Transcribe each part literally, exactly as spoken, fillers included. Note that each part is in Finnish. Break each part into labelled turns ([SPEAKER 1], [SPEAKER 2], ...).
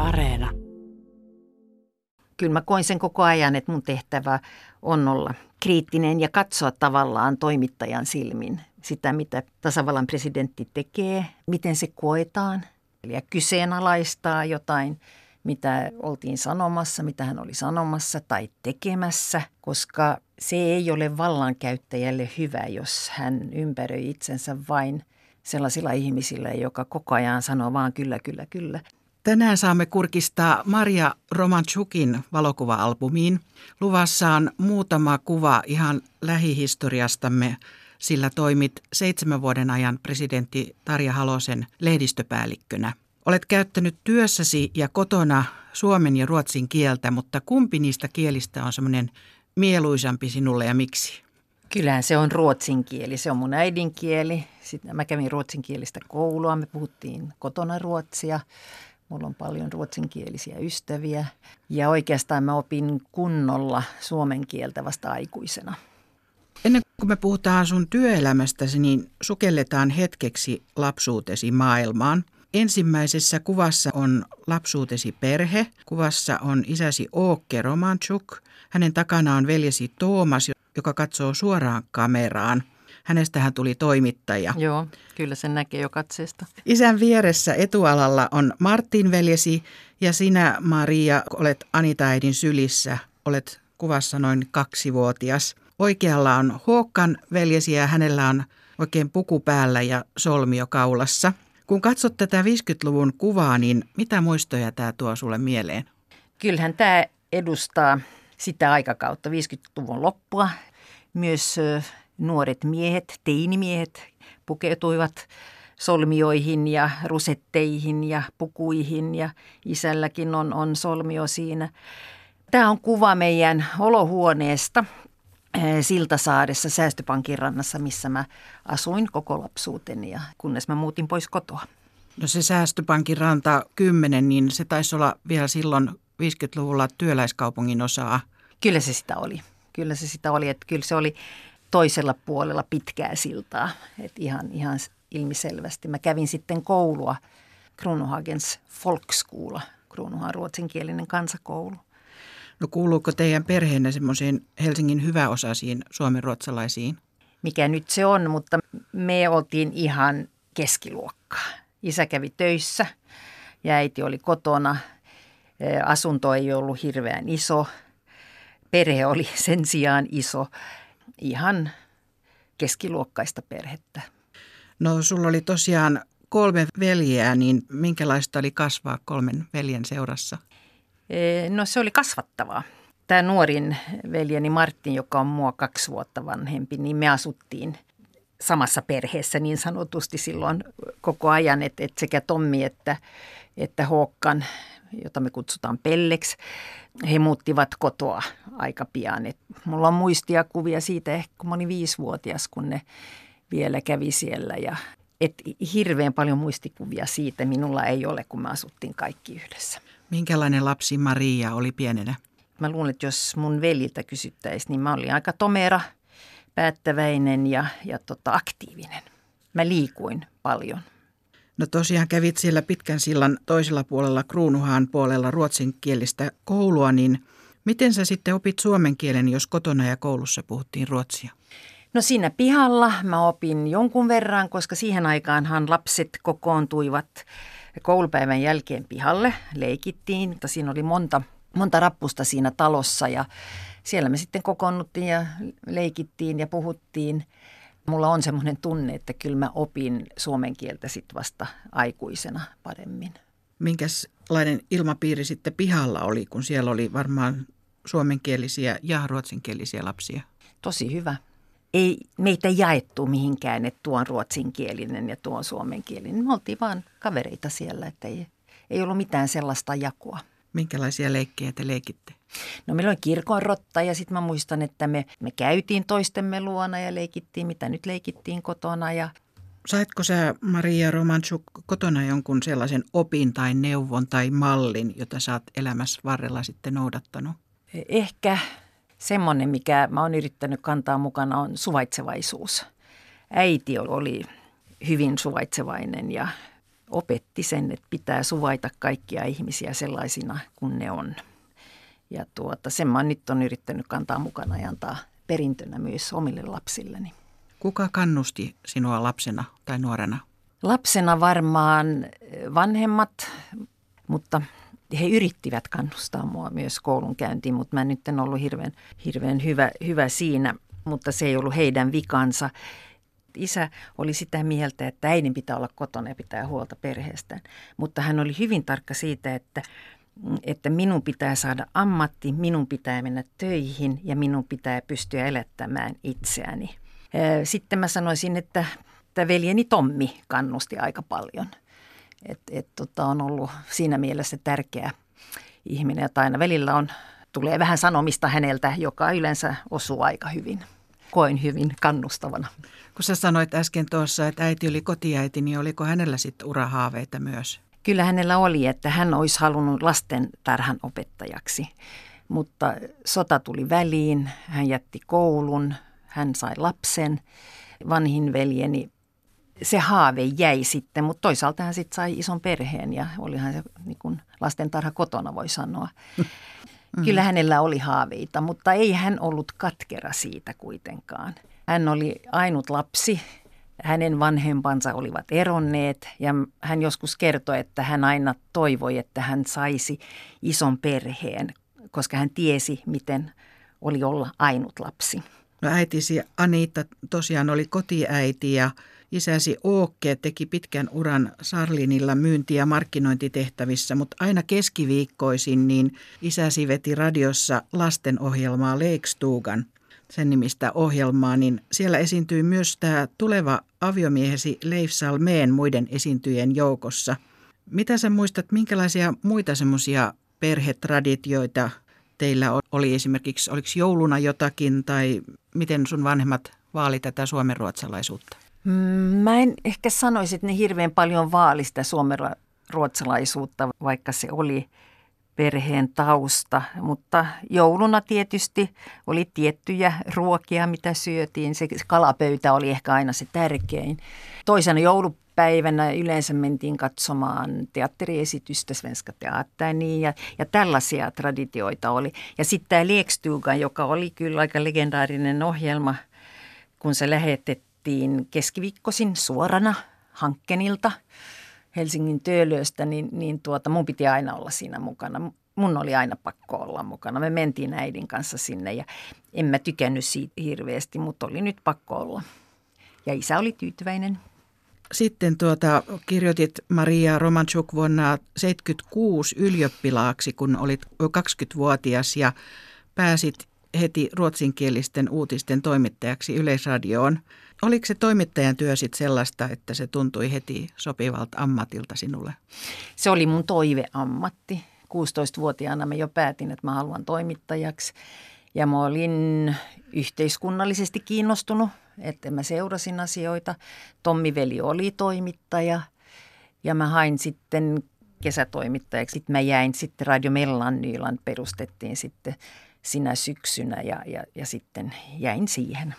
[SPEAKER 1] Areena.
[SPEAKER 2] Kyllä mä koin sen koko ajan, että mun tehtävä on olla kriittinen ja katsoa tavallaan toimittajan silmin sitä, mitä tasavallan presidentti tekee, miten se koetaan ja kyseenalaistaa jotain, mitä oltiin sanomassa, mitä hän oli sanomassa tai tekemässä, koska se ei ole vallankäyttäjälle hyvä, jos hän ympäröi itsensä vain sellaisilla ihmisillä, joka koko ajan sanoo vaan kyllä, kyllä, kyllä.
[SPEAKER 3] Tänään saamme kurkistaa Marja Romanchukin valokuva-albumiin. Luvassa on muutama kuva ihan lähihistoriastamme, sillä toimit seitsemän vuoden ajan presidentti Tarja Halosen lehdistöpäällikkönä. Olet käyttänyt työssäsi ja kotona suomen ja ruotsin kieltä, mutta kumpi niistä kielistä on semmoinen mieluisampi sinulle ja miksi?
[SPEAKER 2] Kyllähän se on ruotsin kieli. Se on mun äidinkieli. Sitten mä kävin ruotsinkielistä koulua. Me puhuttiin kotona ruotsia. Mulla on paljon ruotsinkielisiä ystäviä. Ja oikeastaan mä opin kunnolla suomen kieltä vasta aikuisena.
[SPEAKER 3] Ennen kuin me puhutaan sun työelämästäsi, niin sukelletaan hetkeksi lapsuutesi maailmaan. Ensimmäisessä kuvassa on lapsuutesi perhe. Kuvassa on isäsi Åke Romanchuk. Hänen takana on veljesi Toomas, joka katsoo suoraan kameraan. Hänestähän tuli toimittaja.
[SPEAKER 2] Joo, kyllä sen näkee jo katseesta.
[SPEAKER 3] Isän vieressä etualalla on Martin veljesi ja sinä, Maria, olet Anita-äidin sylissä. Olet kuvassa noin kaksivuotias. Oikealla on Håkan veljesi ja hänellä on oikein puku päällä ja solmio kaulassa. Kun katsot tätä viisikymmentäluvun kuvaa, niin mitä muistoja tämä tuo sulle mieleen?
[SPEAKER 2] Kyllähän tämä edustaa sitä aikakautta, viisikymmentäluvun loppua. Myös nuoret miehet, teinimiehet pukeutuivat solmioihin ja rusetteihin ja pukuihin ja isälläkin on, on solmio siinä. Tämä on kuva meidän olohuoneesta Siltasaaressa Säästöpankin rannassa, missä mä asuin koko lapsuuteni ja kunnes mä muutin pois kotoa.
[SPEAKER 3] No se Säästöpankin ranta kymmenen, niin se taisi olla vielä silloin viisikymmentäluvulla työläiskaupungin osaa.
[SPEAKER 2] Kyllä se sitä oli. Kyllä se sitä oli, että kyllä se oli toisella puolella pitkää siltaa, että ihan, ihan ilmiselvästi. Mä kävin sitten koulua, Kruunuhagens Folkskola, Kruunuhan ruotsinkielinen kansakoulu.
[SPEAKER 3] No kuuluuko teidän perheenne semmoisiin Helsingin hyväosaisiin suomenruotsalaisiin?
[SPEAKER 2] Mikä nyt se on, mutta me oltiin ihan keskiluokkaa. Isä kävi töissä ja äiti oli kotona. Asunto ei ollut hirveän iso. Perhe oli sen sijaan iso. Ihan keskiluokkaista perhettä.
[SPEAKER 3] No sulla oli tosiaan kolme veljeä, niin minkälaista oli kasvaa kolmen veljen seurassa?
[SPEAKER 2] No se oli kasvattavaa. Tämä nuorin veljeni Martin, joka on mua kaksi vuotta vanhempi, niin me asuttiin samassa perheessä niin sanotusti silloin koko ajan, että, että sekä Tommi että, että Håkan, jota me kutsutaan Pelleksi, he muuttivat kotoa aika pian. Et mulla on muistia kuvia siitä ehkä, kun mä olin viisivuotias, kun ne vielä kävi siellä. Ja, et hirveän paljon muistikuvia siitä minulla ei ole, kun me asuttiin kaikki yhdessä.
[SPEAKER 3] Minkälainen lapsi Maria oli pienenä?
[SPEAKER 2] Mä luulen, että jos mun veljiltä kysyttäisiin, niin mä olin aika tomera, päättäväinen ja, ja tota, aktiivinen. Mä liikuin paljon.
[SPEAKER 3] No tosiaan kävit siellä pitkän sillan toisella puolella Kruunuhaan puolella ruotsinkielistä koulua, niin miten sä sitten opit suomen kielen, jos kotona ja koulussa puhuttiin ruotsia?
[SPEAKER 2] No siinä pihalla mä opin jonkun verran, koska siihen aikaanhan lapset kokoontuivat koulupäivän jälkeen pihalle, leikittiin. Siinä oli monta, monta rappusta siinä talossa ja siellä me sitten kokoonnuttiin ja leikittiin ja puhuttiin. Mulla on semmoinen tunne, että kyllä mä opin suomen kieltä sitten vasta aikuisena paremmin.
[SPEAKER 3] Minkälainen ilmapiiri sitten pihalla oli, kun siellä oli varmaan suomenkielisiä ja ruotsinkielisiä lapsia?
[SPEAKER 2] Tosi hyvä. Ei meitä jaettu mihinkään, että tuo on ruotsinkielinen ja tuo on suomenkielinen. Me oltiin vaan kavereita siellä, että ei, ei ollut mitään sellaista jakoa.
[SPEAKER 3] Minkälaisia leikkejä te leikitte?
[SPEAKER 2] No meillä oli kirkonrotta ja sitten mä muistan, että me, me käytiin toistemme luona ja leikittiin, mitä nyt leikittiin kotona. Ja
[SPEAKER 3] saitko sä, Maria Romanchuk, kotona jonkun sellaisen opin tai neuvon tai mallin, jota sä oot elämässä varrella sitten noudattanut?
[SPEAKER 2] Ehkä semmoinen, mikä mä oon yrittänyt kantaa mukana, on suvaitsevaisuus. Äiti oli hyvin suvaitsevainen ja opetti sen, että pitää suvaita kaikkia ihmisiä sellaisina kuin ne on. Ja tuota, sen mä nyt on yrittänyt kantaa mukana ja antaa perintönä myös omille lapsilleni.
[SPEAKER 3] Kuka kannusti sinua lapsena tai nuorena?
[SPEAKER 2] Lapsena varmaan vanhemmat, mutta he yrittivät kannustaa mua myös koulunkäyntiin, mutta mä nyt en ollut hirveän, hirveän hyvä, hyvä siinä, mutta se ei ollut heidän vikansa. Isä oli sitä mieltä, että äidin pitää olla kotona ja pitää huolta perheestään, mutta hän oli hyvin tarkka siitä, että, että minun pitää saada ammatti, minun pitää mennä töihin ja minun pitää pystyä elättämään itseäni. Sitten mä sanoisin, että, että veljeni Tommi kannusti aika paljon. Et, et, tota, on ollut siinä mielessä tärkeä ihminen, että aina välillä on, tulee vähän sanomista häneltä, joka yleensä osuu aika hyvin. Koin hyvin kannustavana.
[SPEAKER 3] Kun sä sanoit äsken tuossa, että äiti oli kotiäiti, niin oliko hänellä sitten urahaaveita myös?
[SPEAKER 2] Kyllä hänellä oli, että hän olisi halunnut lastentarhan opettajaksi, mutta sota tuli väliin, hän jätti koulun, hän sai lapsen, vanhin veljeni. Se haave jäi sitten, mutta toisaalta hän sitten sai ison perheen ja olihan se niin kuin lastentarha kotona, voi sanoa. Mm-hmm. Kyllä hänellä oli haaveita, mutta ei hän ollut katkera siitä kuitenkaan. Hän oli ainut lapsi, hänen vanhempansa olivat eronneet ja hän joskus kertoi, että hän aina toivoi, että hän saisi ison perheen, koska hän tiesi, miten oli olla ainut lapsi.
[SPEAKER 3] No äitisi Anita tosiaan oli kotiäiti ja isäsi Åke teki pitkän uran Sarlinilla myynti- ja markkinointitehtävissä, mutta aina keskiviikkoisin niin isäsi veti radiossa lastenohjelmaa Lekstugan, sen nimistä ohjelmaa, niin siellä esiintyi myös tämä tuleva aviomiehesi Leif Salmén muiden esiintyjien joukossa. Mitä sä muistat, minkälaisia muita semmoisia perhetraditioita teillä oli esimerkiksi, oliko jouluna jotakin tai miten sun vanhemmat vaali tätä suomenruotsalaisuutta?
[SPEAKER 2] Mä en ehkä sanoisi, että ne hirveän paljon vaali sitä suomenruotsalaisuutta, vaikka se oli perheen tausta, mutta jouluna tietysti oli tiettyjä ruokia, mitä syötiin. Se kalapöytä oli ehkä aina se tärkein. Toisena joulupäivänä yleensä mentiin katsomaan teatteriesitystä, Svenska Teaterni ja, ja tällaisia traditioita oli. Ja sitten tämä Lekstugan, joka oli kyllä aika legendaarinen ohjelma, kun se lähetettiin keskiviikkoisin suorana Hankkenilta Helsingin Töölöstä, niin, niin tuota, mun piti aina olla siinä mukana. Mun oli aina pakko olla mukana. Me mentiin äidin kanssa sinne ja en mä tykännyt siitä hirveästi, mutta oli nyt pakko olla. Ja isä oli tyytyväinen.
[SPEAKER 3] Sitten tuota, kirjoitit Maria Romanchuk vuonna seitsemänkymmentäkuusi ylioppilaaksi, kun olit kaksikymmentävuotias ja pääsit heti ruotsinkielisten uutisten toimittajaksi Yleisradioon. Oliko se toimittajan työ sitten sellaista, että se tuntui heti sopivalta ammatilta sinulle?
[SPEAKER 2] Se oli mun toiveammatti. kuusitoistavuotiaana mä jo päätin, että mä haluan toimittajaksi. Ja mä olin yhteiskunnallisesti kiinnostunut, että mä seurasin asioita. Tommi veli oli toimittaja ja mä hain sitten kesätoimittajaksi. Sitten mä jäin sitten Radio Mellannyland perustettiin sitten sinä syksynä ja, ja, ja sitten jäin siihen.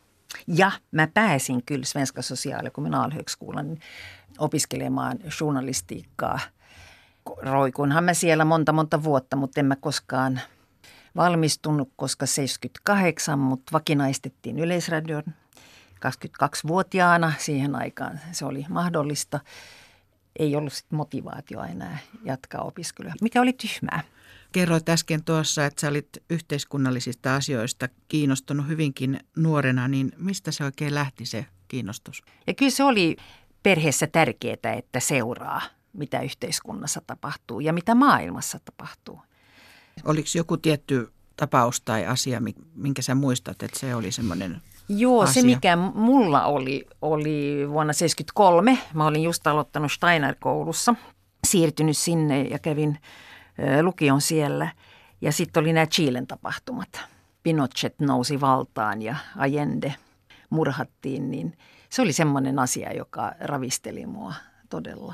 [SPEAKER 2] Ja mä pääsin kyllä Svenska Social- och Kommunalhögskolan opiskelemaan journalistiikkaa. Roikunhan mä siellä monta monta vuotta, mutta en mä koskaan valmistunut, koska seitsemänkymmentäkahdeksan, mutta vakinaistettiin Yleisradion kaksikymmentäkaksivuotiaana siihen aikaan. Se oli mahdollista. Ei ollut sit motivaatio enää jatkaa opiskelua, mikä oli tyhmää.
[SPEAKER 3] Kerroit äsken tuossa, että sä olit yhteiskunnallisista asioista kiinnostunut hyvinkin nuorena, niin mistä se oikein lähti se kiinnostus?
[SPEAKER 2] Ja kyllä se oli perheessä tärkeää, että seuraa, mitä yhteiskunnassa tapahtuu ja mitä maailmassa tapahtuu.
[SPEAKER 3] Oliko joku tietty tapaus tai asia, minkä sä muistat, että se oli semmoinen
[SPEAKER 2] Joo,
[SPEAKER 3] asia?
[SPEAKER 2] Se mikä mulla oli, oli vuonna seitsemänkymmentäkolme. Mä olin just aloittanut Steiner-koulussa, siirtynyt sinne ja kävin lukion siellä. Ja sitten oli nämä Chilen tapahtumat. Pinochet nousi valtaan ja Allende murhattiin, niin se oli semmoinen asia, joka ravisteli mua todella.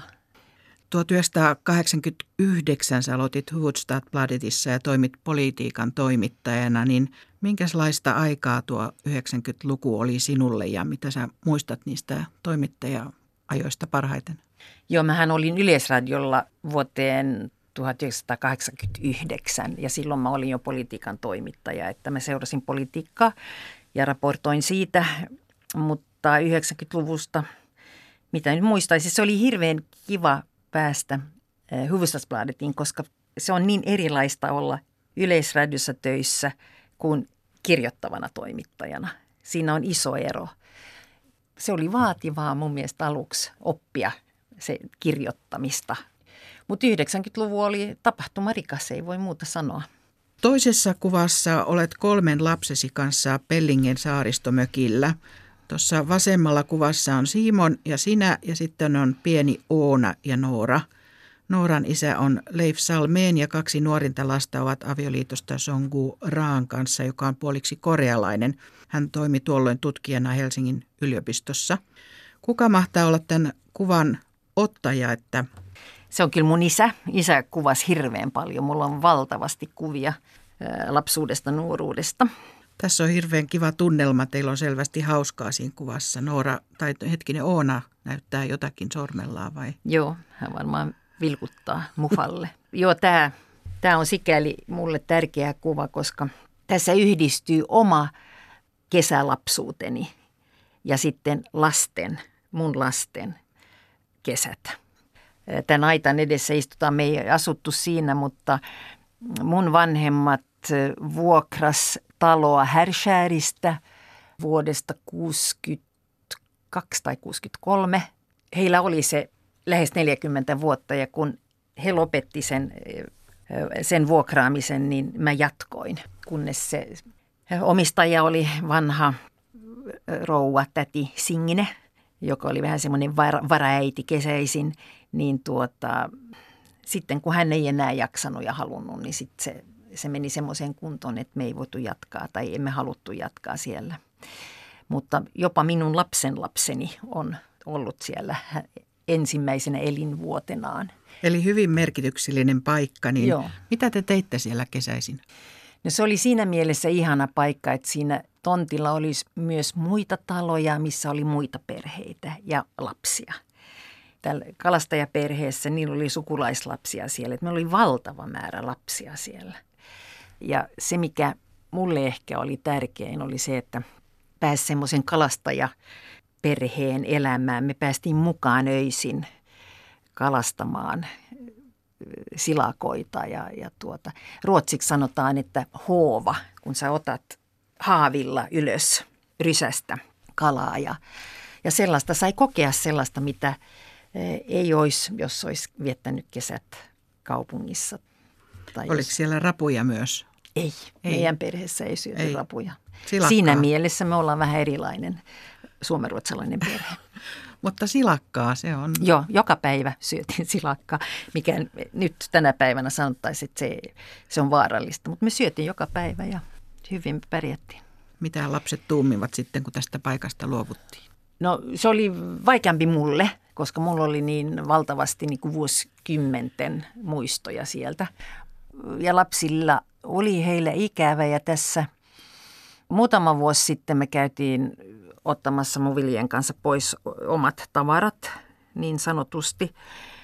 [SPEAKER 3] tuhatyhdeksänsataakahdeksankymmentäyhdeksän sä aloitit Hufvudstadsbladetissa ja toimit politiikan toimittajana, niin minkälaista aikaa tuo yhdeksänkymmentäluku oli sinulle ja mitä sä muistat niistä toimittaja-ajoista parhaiten?
[SPEAKER 2] Joo, mähän olin Yleisradiolla vuoteen tuhatyhdeksänsataakahdeksankymmentäyhdeksän ja silloin mä olin jo politiikan toimittaja, että mä seurasin politiikkaa ja raportoin siitä, mutta yhdeksänkymmentäluvusta, mitä nyt muistaisin, se oli hirveän kiva päästä Hufvudstadsbladetiin, koska se on niin erilaista olla Yleisradiossa töissä kuin kirjoittavana toimittajana. Siinä on iso ero. Se oli vaativaa mun mielestä aluksi oppia se kirjoittamista. Mutta yhdeksänkymmentäluvun oli tapahtumarikas, ei voi muuta sanoa.
[SPEAKER 3] Toisessa kuvassa olet kolmen lapsesi kanssa Pellingen saaristomökillä. Tuossa vasemmalla kuvassa on Simon ja sinä ja sitten on pieni Oona ja Noora. Nooran isä on Leif Salmeen ja kaksi nuorinta lasta ovat avioliitosta Songu Raan kanssa, joka on puoliksi korealainen. Hän toimi tuolloin tutkijana Helsingin yliopistossa. Kuka mahtaa olla tämän kuvan ottaja, että...
[SPEAKER 2] Se on kyllä mun isä. Isä kuvasi hirveän paljon. Mulla on valtavasti kuvia lapsuudesta, nuoruudesta.
[SPEAKER 3] Tässä on hirveän kiva tunnelma. Teillä on selvästi hauskaa siinä kuvassa. Noora, tai hetkinen Oona näyttää jotakin sormellaan vai?
[SPEAKER 2] Joo, hän varmaan vilkuttaa mufalle. Joo, tämä tää on sikäli mulle tärkeä kuva, koska tässä yhdistyy oma kesälapsuuteni ja sitten lasten, mun lasten kesät. Tämän aitan edessä istutaan, me ei asuttu siinä, mutta mun vanhemmat vuokras taloa Härskäristä vuodesta kuusikymmentäkaksi tai kuusikymmentäkolme. Heillä oli se lähes neljäkymmentä vuotta ja kun he lopetti sen, sen vuokraamisen, niin mä jatkoin, kunnes se omistaja oli vanha rouva täti Singine, joka oli vähän semmoinen var, varaäiti kesäisin, niin tuota, sitten kun hän ei enää jaksanut ja halunnut, niin sitten se, se meni semmoiseen kuntoon, että me ei voitu jatkaa tai emme haluttu jatkaa siellä. Mutta jopa minun lapsenlapseni on ollut siellä ensimmäisenä elinvuotenaan.
[SPEAKER 3] Eli hyvin merkityksellinen paikka, niin
[SPEAKER 2] Joo.
[SPEAKER 3] Mitä te teitte siellä kesäisin?
[SPEAKER 2] No se oli siinä mielessä ihana paikka, että siinä tontilla olisi myös muita taloja, missä oli muita perheitä ja lapsia. Tällä kalastajaperheessä niillä oli sukulaislapsia siellä, että meillä oli valtava määrä lapsia siellä. Ja se, mikä mulle ehkä oli tärkein, oli se, että pääsi semmoisen kalastajaperheen elämään. Me päästiin mukaan öisin kalastamaan silakoita ja, ja tuota, ruotsiksi sanotaan, että hoova, kun sä otat haavilla ylös rysästä kalaa ja, ja sellaista sai kokea sellaista, mitä ei olisi, jos olisi viettänyt kesät kaupungissa. Tai
[SPEAKER 3] Oliko
[SPEAKER 2] jos...
[SPEAKER 3] siellä rapuja myös?
[SPEAKER 2] Ei, ei. Meidän perheessä ei syöty ei. rapuja.
[SPEAKER 3] Silakkaa.
[SPEAKER 2] Siinä mielessä me ollaan vähän erilainen suomenruotsalainen perhe.
[SPEAKER 3] Mutta silakkaa se on.
[SPEAKER 2] Joo, joka päivä syötiin silakkaa, mikä nyt tänä päivänä sanottaisiin, että se, se on vaarallista. Mutta me syötiin joka päivä ja hyvin pärjättiin.
[SPEAKER 3] Mitä lapset tuumivat sitten, kun tästä paikasta luovuttiin?
[SPEAKER 2] No se oli vaikeampi mulle, koska mulla oli niin valtavasti niin kuin vuosikymmenten muistoja sieltä. Ja lapsilla oli heillä ikävä ja tässä muutama vuosi sitten me käytiin ottamassa mun veljen kanssa pois omat tavarat niin sanotusti.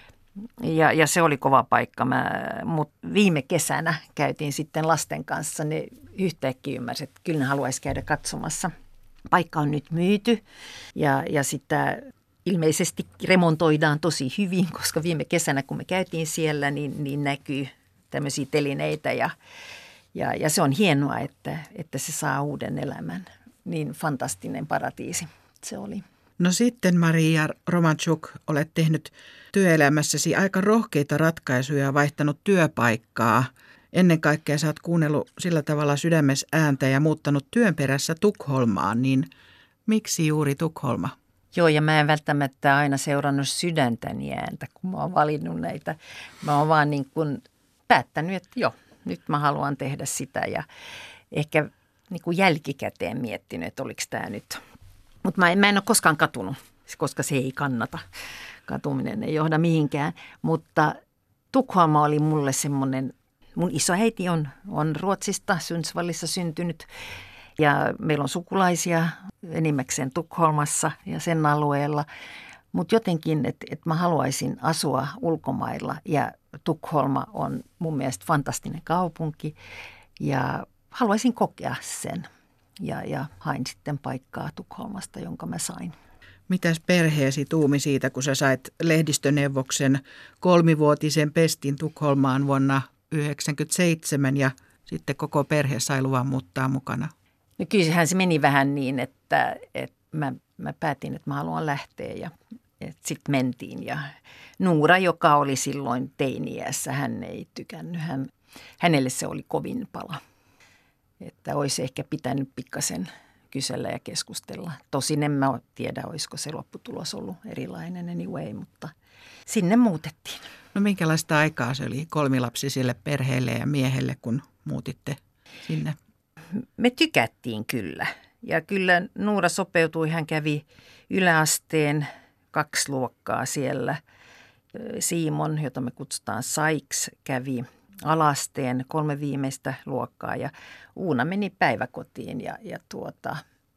[SPEAKER 2] Ja, ja se oli kova paikka. Mutta viime kesänä käytiin sitten lasten kanssa. Ne yhtäkkiä ymmärsivät, että kyllä ne haluaisi käydä katsomassa. Paikka on nyt myyty ja, ja sitä ilmeisesti remontoidaan tosi hyvin, koska viime kesänä kun me käytiin siellä, niin, niin näkyy tämmöisiä telineitä ja, ja, ja se on hienoa, että, että se saa uuden elämän. Niin fantastinen paratiisi se oli.
[SPEAKER 3] No sitten Maria Romanchuk, olet tehnyt työelämässäsi aika rohkeita ratkaisuja ja vaihtanut työpaikkaa. Ennen kaikkea sä oot kuunnellut sillä tavalla sydämessä ääntä ja muuttanut työn perässä Tukholmaan, niin miksi juuri Tukholma?
[SPEAKER 2] Joo, ja mä en välttämättä aina seurannut sydäntäni ääntä, kun mä oon valinnut näitä. Mä oon vaan niin kuin päättänyt, että joo, nyt mä haluan tehdä sitä ja ehkä niin kuin jälkikäteen miettinyt, että oliko tämä nyt. Mutta mä, mä en ole koskaan katunut, koska se ei kannata. Katuminen ei johda mihinkään, mutta Tukholma oli mulle semmoinen, mun isoäiti on, on Ruotsista, Sundsvallissa syntynyt ja meillä on sukulaisia enimmäkseen Tukholmassa ja sen alueella. Mutta jotenkin, että et mä haluaisin asua ulkomailla ja Tukholma on mun mielestä fantastinen kaupunki ja haluaisin kokea sen. Ja, ja hain sitten paikkaa Tukholmasta, jonka mä sain.
[SPEAKER 3] Mitäs perheesi tuumi siitä, kun sä sait lehdistöneuvoksen kolmivuotisen pestin Tukholmaan vuonna yhdeksänkymmentäseitsemän ja sitten koko perhe sai luvan muuttaa mukana?
[SPEAKER 2] No kyllähän se meni vähän niin, että, että mä, mä päätin, että mä haluan lähteä ja sitten mentiin. Ja Nuura, joka oli silloin teini-iässä, hän ei tykännyt. Hän, hänelle se oli kovin pala, että olisi ehkä pitänyt pikkasen kysellä ja keskustella. Tosin en mä tiedä, olisiko se lopputulos ollut erilainen anyway, mutta sinne muutettiin.
[SPEAKER 3] No minkälaista aikaa se oli kolmilapsisille perheelle ja miehelle, kun muutitte sinne?
[SPEAKER 2] Me tykättiin kyllä. Ja kyllä Nuura sopeutui, hän kävi yläasteen kaksi luokkaa siellä. Simon, jota me kutsutaan Saiks, kävi alasteen kolme viimeistä luokkaa ja Uuna meni päiväkotiin ja, ja tuota,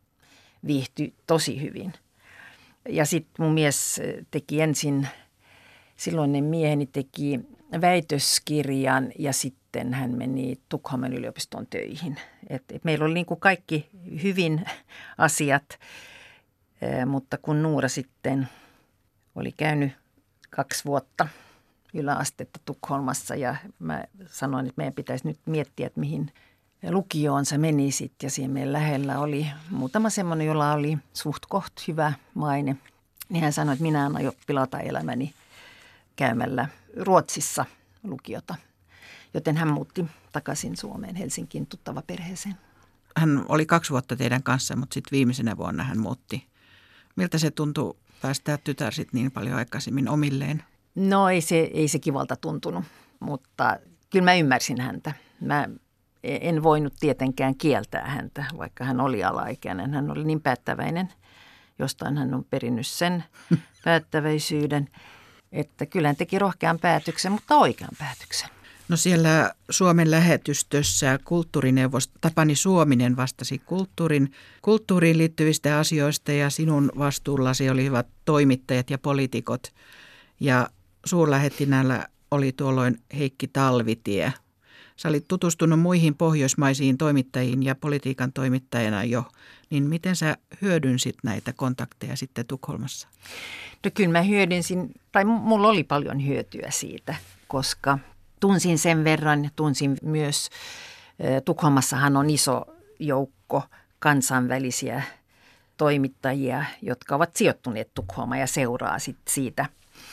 [SPEAKER 2] viihtyi tosi hyvin. Ja sitten mun mies teki ensin, silloinen mieheni teki väitöskirjan ja sitten hän meni Tukholman yliopistoon töihin. Et, et meillä oli niin kuin kaikki hyvin asiat, e, mutta kun Nuura sitten oli käynyt kaksi vuotta yläastetta Tukholmassa ja mä sanoin, että meidän pitäisi nyt miettiä, että mihin lukioon sä menisit. Ja siinä meidän lähellä oli muutama semmoinen, jolla oli suht koht hyvä maine. Niin hän sanoi, että minä en aio pilata elämäni käymällä Ruotsissa lukiota. Joten hän muutti takaisin Suomeen Helsinkiin tuttava perheeseen.
[SPEAKER 3] Hän oli kaksi vuotta teidän kanssa, mutta sitten viimeisenä vuonna hän muutti. Miltä se tuntui päästää tytär sit niin paljon aikaisemmin omilleen?
[SPEAKER 2] No ei se, ei se kivalta tuntunut, mutta kyllä mä ymmärsin häntä. Mä en voinut tietenkään kieltää häntä, vaikka hän oli alaikäinen. Hän oli niin päättäväinen, jostain hän on perinnyt sen päättäväisyyden, että kyllä hän teki rohkean päätöksen, mutta oikean päätöksen.
[SPEAKER 3] No siellä Suomen lähetystössä kulttuurineuvos Tapani Suominen vastasi kulttuurin, kulttuuriin liittyvistä asioista ja sinun vastuullasi olivat toimittajat ja poliitikot. Ja suurlähettinäällä oli tuolloin Heikki Talvitie. Sä olit tutustunut muihin pohjoismaisiin toimittajiin ja politiikan toimittajana jo, niin miten sä hyödynsit näitä kontakteja sitten Tukholmassa?
[SPEAKER 2] No kyllä mä hyödynsin, tai mulla oli paljon hyötyä siitä, koska tunsin sen verran, tunsin myös, Tukholmassahan on iso joukko kansainvälisiä toimittajia, jotka ovat sijoittuneet Tukholmaan ja seuraa sit siitä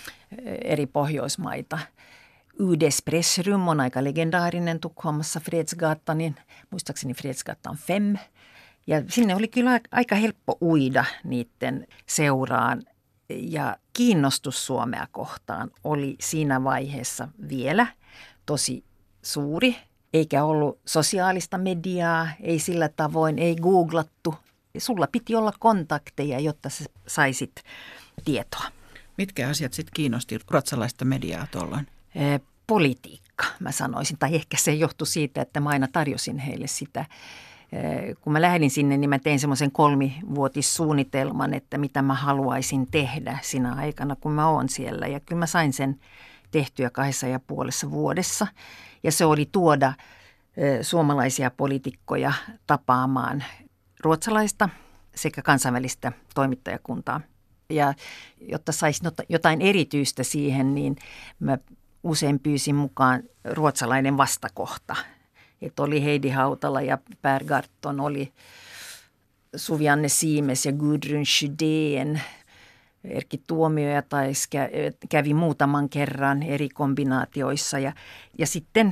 [SPEAKER 2] eri Pohjoismaita. Ydes Pressrum on aika legendaarinen Tukholmassa, Fredsgatanin, muistaakseni Fredsgatan fem. Ja sinne oli kyllä aika helppo uida niiden seuraan. Ja kiinnostus Suomea kohtaan oli siinä vaiheessa vielä tosi suuri. Eikä ollut sosiaalista mediaa, ei sillä tavoin, ei googlattu. Sulla piti olla kontakteja, jotta sä saisit tietoa.
[SPEAKER 3] Mitkä asiat sitten kiinnosti ruotsalaista mediaa tuolloin?
[SPEAKER 2] E, politiikka, mä sanoisin. Tai ehkä se johtui siitä, että mä aina tarjosin heille sitä. E, kun mä lähdin sinne, niin mä tein semmoisen kolmivuotissuunnitelman, että mitä mä haluaisin tehdä siinä aikana, kun mä oon siellä. Ja kyllä mä sain sen tehtyä kahdessa ja puolessa vuodessa. Ja se oli tuoda e, suomalaisia poliitikkoja tapaamaan ruotsalaista sekä kansainvälistä toimittajakuntaa. Ja jotta saisi jotain erityistä siihen, niin mä usein pyysin mukaan ruotsalainen vastakohta. Että oli Heidi Hautala ja Per Garton, oli Suvi-Anne Siimes ja Gudrun Schyden. Erkki Tuomioja taisi kävi muutaman kerran eri kombinaatioissa. Ja, ja sitten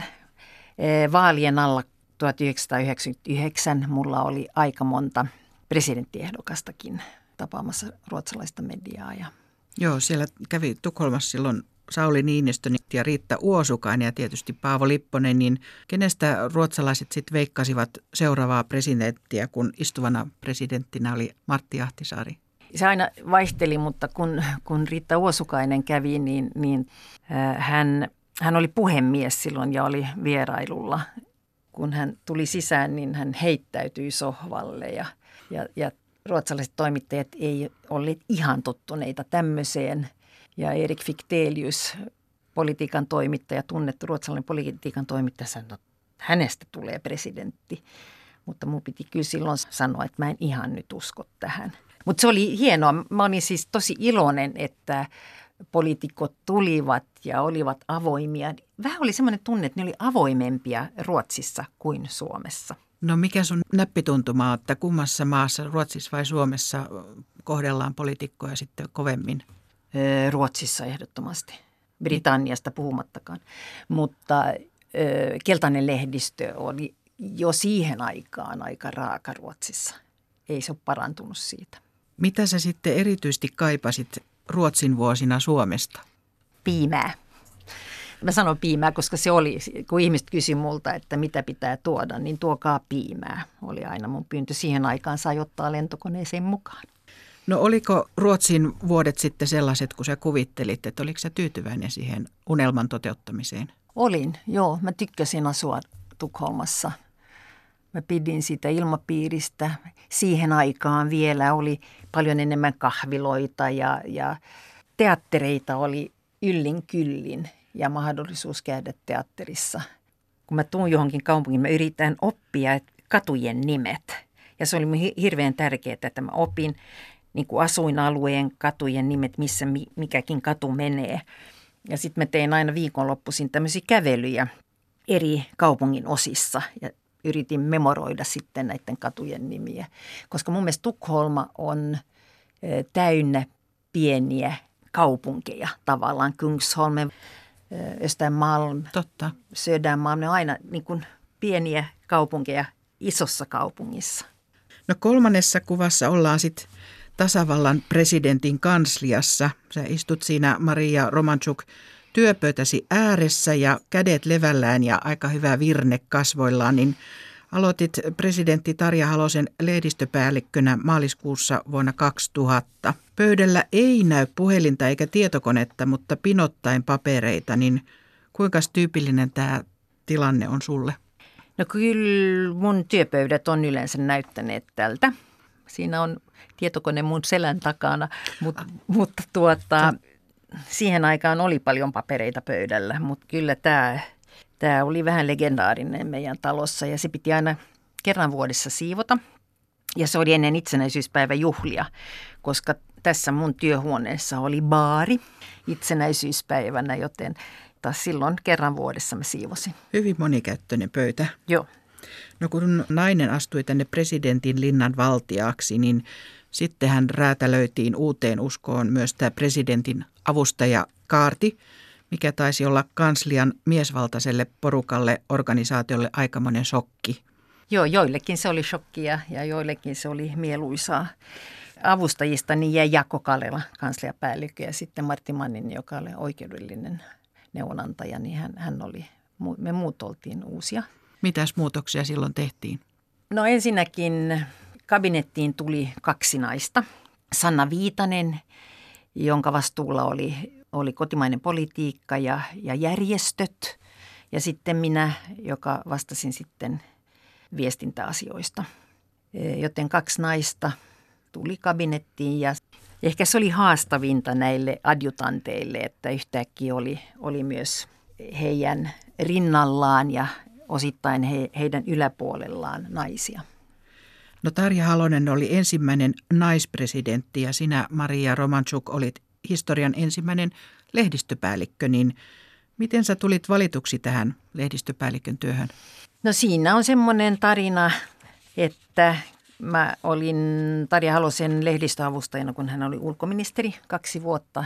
[SPEAKER 2] vaalien alla tuhatyhdeksänsataayhdeksänkymmentäyhdeksän mulla oli aika monta presidenttiehdokastakin tapaamassa ruotsalaista mediaa. Ja
[SPEAKER 3] Joo, siellä kävi Tukholmassa silloin Sauli Niinistö ja Riitta Uosukainen ja tietysti Paavo Lipponen, niin kenestä ruotsalaiset sitten veikkasivat seuraavaa presidenttiä, kun istuvana presidenttinä oli Martti Ahtisaari?
[SPEAKER 2] Se aina vaihteli, mutta kun, kun Riitta Uosukainen kävi, niin, niin äh, hän, hän oli puhemies silloin ja oli vierailulla. Kun hän tuli sisään, niin hän heittäytyi sohvalle ja, ja, ja ruotsalaiset toimittajat ei olleet ihan tottuneita tämmöiseen. Ja Erik Fichtelius, politiikan toimittaja, tunnettu ruotsalainen politiikan toimittaja, sanoi, että hänestä tulee presidentti. Mutta mun piti kyllä silloin sanoa, että mä en ihan nyt usko tähän. Mutta se oli hienoa. Mä olin siis tosi iloinen, että poliitikot tulivat ja olivat avoimia. Vähän oli semmoinen tunne, että ne oli avoimempia Ruotsissa kuin Suomessa.
[SPEAKER 3] No mikä sun näppituntuma on, että kummassa maassa, Ruotsissa vai Suomessa, kohdellaan poliitikkoja sitten kovemmin?
[SPEAKER 2] Ruotsissa ehdottomasti. Britanniasta puhumattakaan. Mutta keltainen lehdistö oli jo siihen aikaan aika raaka Ruotsissa. Ei se ole parantunut siitä.
[SPEAKER 3] Mitä sä sitten erityisesti kaipasit Ruotsin vuosina Suomesta?
[SPEAKER 2] Piimää. Mä sanon piimää, koska se oli, kun ihmiset kysyi multa, että mitä pitää tuoda, niin tuokaa piimää. Oli aina mun pyyntö. Siihen aikaan sai ottaa lentokoneeseen mukaan.
[SPEAKER 3] No oliko Ruotsin vuodet sitten sellaiset, kun sä kuvittelit, että oliko sä tyytyväinen siihen unelman toteuttamiseen?
[SPEAKER 2] Olin, joo. Mä tykkäsin asua Tukholmassa. Mä pidin siitä ilmapiiristä. Siihen aikaan vielä oli paljon enemmän kahviloita ja, ja teattereita oli yllin kyllin ja mahdollisuus käydä teatterissa. Kun mä tuun johonkin kaupunkiin, mä yritän oppia katujen nimet. Ja se oli hirveän tärkeää, että mä opin niin kuin asuinalueen katujen nimet, missä mikäkin katu menee. Ja sitten mä tein aina viikonloppuisin tämmöisiä kävelyjä eri kaupungin osissa ja yritin memoroida sitten näiden katujen nimiä. Koska mun mielestä Tukholma on täynnä pieniä kaupunkeja tavallaan. Kungsholmen, Östermalm,
[SPEAKER 3] Totta.
[SPEAKER 2] Södermalm, ne on aina niin kuin pieniä kaupunkeja isossa kaupungissa.
[SPEAKER 3] No kolmannessa kuvassa ollaan sitten tasavallan presidentin kansliassa. Sä istut siinä, Maria Romanchuk, työpöytäsi ääressä ja kädet levällään ja aika hyvä virne kasvoillaan, niin aloitit presidentti Tarja Halosen lehdistöpäällikkönä maaliskuussa vuonna kaksituhatta. Pöydällä ei näy puhelinta eikä tietokonetta, mutta pinottain papereita, niin kuinka tyypillinen tämä tilanne on sulle?
[SPEAKER 2] No kyllä mun työpöydät on yleensä näyttäneet tältä. Siinä on tietokone mun selän takana, mutta, mutta tuota, siihen aikaan oli paljon papereita pöydällä, mutta kyllä tämä, tämä oli vähän legendaarinen meidän talossa ja se piti aina kerran vuodessa siivota. Ja se oli ennen itsenäisyyspäiväjuhlia, koska tässä mun työhuoneessa oli baari itsenäisyyspäivänä, joten taas silloin kerran vuodessa mä siivosin.
[SPEAKER 3] Hyvin monikäyttöinen pöytä.
[SPEAKER 2] Joo.
[SPEAKER 3] No kun nainen astui tänne presidentin linnan valtiaaksi, niin sitten hän räätälöitiin uuteen uskoon myös tämä presidentin avustajakaarti, mikä taisi olla kanslian miesvaltaiselle porukalle, organisaatiolle aikamoinen shokki.
[SPEAKER 2] Joo, joillekin se oli shokkia ja joillekin se oli mieluisaa. Avustajista niin jäi Jaakko Kalela, kansliapäällikkö, ja sitten Martti Mannin, joka oli oikeudellinen neuvonantaja, niin hän, hän oli, me muut oltiin uusia.
[SPEAKER 3] Mitäs muutoksia silloin tehtiin?
[SPEAKER 2] No ensinnäkin kabinettiin tuli kaksi naista. Sanna Viitanen, jonka vastuulla oli, oli kotimainen politiikka ja, ja järjestöt. Ja sitten minä, joka vastasin sitten viestintäasioista. Joten kaksi naista tuli kabinettiin ja ehkä se oli haastavinta näille adjutanteille, että yhtäkkiä oli, oli myös heidän rinnallaan ja osittain he, heidän yläpuolellaan naisia.
[SPEAKER 3] No Tarja Halonen oli ensimmäinen naispresidentti ja sinä, Maria Romanchuk, olit historian ensimmäinen lehdistöpäällikkö, niin miten sä tulit valituksi tähän lehdistöpäällikön työhön?
[SPEAKER 2] No siinä on semmoinen tarina, että mä olin Tarja Halosen lehdistöavustajana, kun hän oli ulkoministeri kaksi vuotta,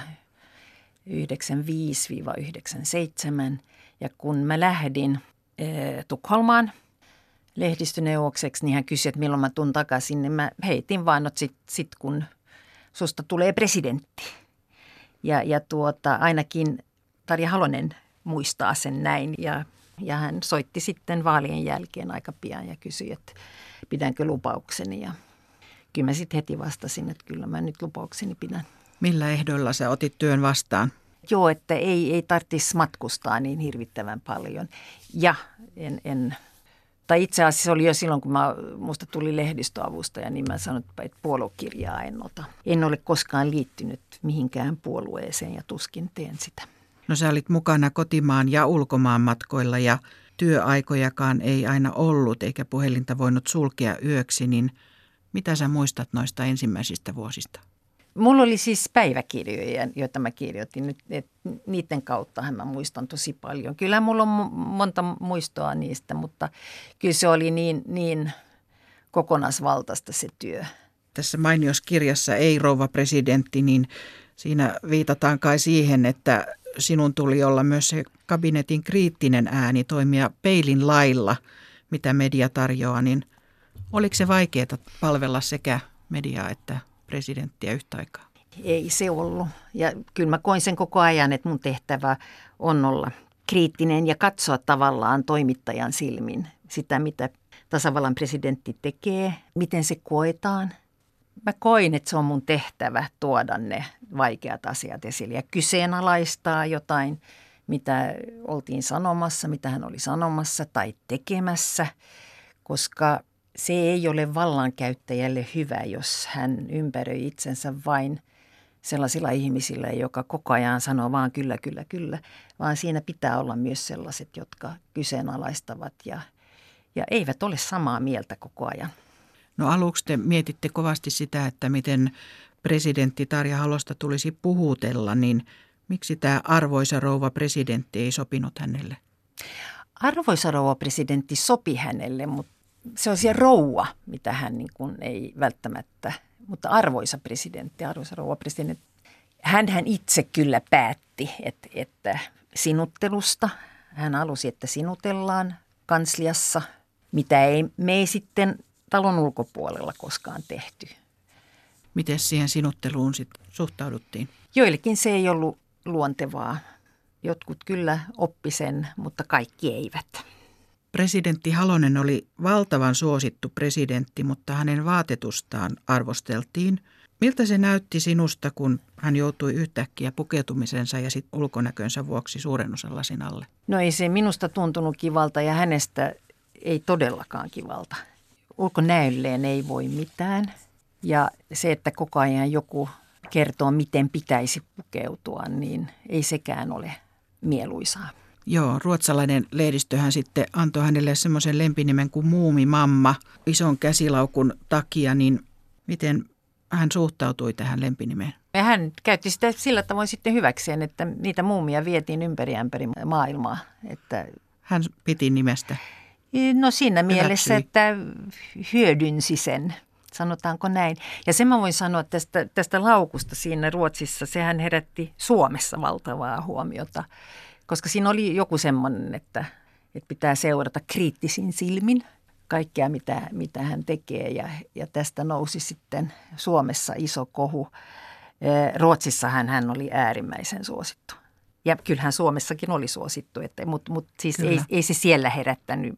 [SPEAKER 2] yhdeksänkymmentäviisi yhdeksänkymmentäseitsemän. Ja kun mä lähdin eh, Tukholmaan lehdistöneuvokseksi, niin hän kysyi, että milloin mä tuun takaisin. Niin mä heitin vaan, että sit, sit kun susta tulee presidentti. Ja, ja tuota, ainakin Tarja Halonen muistaa sen näin ja, ja hän soitti sitten vaalien jälkeen aika pian ja kysyi, että pidänkö lupaukseni. Ja kyllä mä sitten heti vastasin, että kyllä mä nyt lupaukseni pidän.
[SPEAKER 3] Millä ehdoilla sä otit työn vastaan?
[SPEAKER 2] Joo, että ei, ei tarvitsisi matkustaa niin hirvittävän paljon ja en, en Mutta itse asiassa oli jo silloin, kun mä, musta tuli lehdistöavustaja, niin mä sanoin, että puoluekirjaa en ota. En ole koskaan liittynyt mihinkään puolueeseen ja tuskin teen sitä.
[SPEAKER 3] No sä olit mukana kotimaan ja ulkomaan matkoilla ja työaikojakaan ei aina ollut eikä puhelinta voinut sulkea yöksi, niin mitä sä muistat noista ensimmäisistä vuosista?
[SPEAKER 2] Mulla oli siis päiväkirjoja, joita mä kirjoitin nyt, että niiden kauttahan mä muistan tosi paljon. Kyllä mulla on monta muistoa niistä, mutta kyllä se oli niin, niin kokonaisvaltaista se työ.
[SPEAKER 3] Tässä mainioskirjassa Ei rouva presidentti, niin siinä viitataan kai siihen, että sinun tuli olla myös se kabinetin kriittinen ääni, toimia peilin lailla, mitä media tarjoaa, niin oliko se vaikeaa palvella sekä mediaa että presidenttiä yhtä aikaa?
[SPEAKER 2] Ei se ollut. Ja kyllä mä koin sen koko ajan, että mun tehtävä on olla kriittinen ja katsoa tavallaan toimittajan silmin sitä, mitä tasavallan presidentti tekee, miten se koetaan. Mä koin, että se on mun tehtävä tuoda ne vaikeat asiat esille ja kyseenalaistaa jotain, mitä oltiin sanomassa, mitä hän oli sanomassa tai tekemässä, koska se ei ole vallankäyttäjälle hyvä, jos hän ympäröi itsensä vain sellaisilla ihmisillä, joka koko ajan sanoo vaan kyllä, kyllä, kyllä, vaan siinä pitää olla myös sellaiset, jotka kyseenalaistavat ja, ja eivät ole samaa mieltä koko ajan.
[SPEAKER 3] No aluksi te mietitte kovasti sitä, että miten presidentti Tarja Halosta tulisi puhutella, niin miksi tämä arvoisa rouva presidentti ei sopinut hänelle?
[SPEAKER 2] Arvoisa rouva presidentti sopi hänelle, mutta se on siellä rouva, mitä hän niin kuin ei välttämättä, mutta arvoisa presidentti, arvoisa rouva presidentti, hänhän itse kyllä päätti, että, että sinuttelusta, hän halusi, että sinutellaan kansliassa, mitä ei me ei sitten talon ulkopuolella koskaan tehty.
[SPEAKER 3] Miten siihen sinutteluun sitten suhtauduttiin?
[SPEAKER 2] Joillekin se ei ollut luontevaa. Jotkut kyllä oppi sen, mutta kaikki eivät.
[SPEAKER 3] Presidentti Halonen oli valtavan suosittu presidentti, mutta hänen vaatetustaan arvosteltiin. Miltä se näytti sinusta, kun hän joutui yhtäkkiä pukeutumisensa ja sit ulkonäkönsä vuoksi suuren osan lasin alle?
[SPEAKER 2] No ei se minusta tuntunut kivalta ja hänestä ei todellakaan kivalta. Ulkonäölleen ei voi mitään ja se, että koko ajan joku kertoo, miten pitäisi pukeutua, niin ei sekään ole mieluisaa.
[SPEAKER 3] Joo, ruotsalainen lehdistöhän sitten antoi hänelle semmoisen lempinimen kuin Muumimamma ison käsilaukun takia, niin miten hän suhtautui tähän lempinimeen?
[SPEAKER 2] Ja hän käytti sitä sillä tavoin sitten hyväkseen, että niitä muumia vietiin ympäri ämpäri maailmaa. Että
[SPEAKER 3] hän piti nimestä.
[SPEAKER 2] No siinä
[SPEAKER 3] Hyväksyi.
[SPEAKER 2] Mielessä, että hyödynsi sen, sanotaanko näin. Ja sen mä voin sanoa tästä, tästä laukusta siinä Ruotsissa, sehän herätti Suomessa valtavaa huomiota. Koska siinä oli joku semmoinen, että, että pitää seurata kriittisin silmin kaikkea, mitä, mitä hän tekee. Ja, ja tästä nousi sitten Suomessa iso kohu. Ruotsissahan hän oli äärimmäisen suosittu. Ja kyllähän Suomessakin oli suosittu, että, mutta, mutta siis ei, ei se siellä herättänyt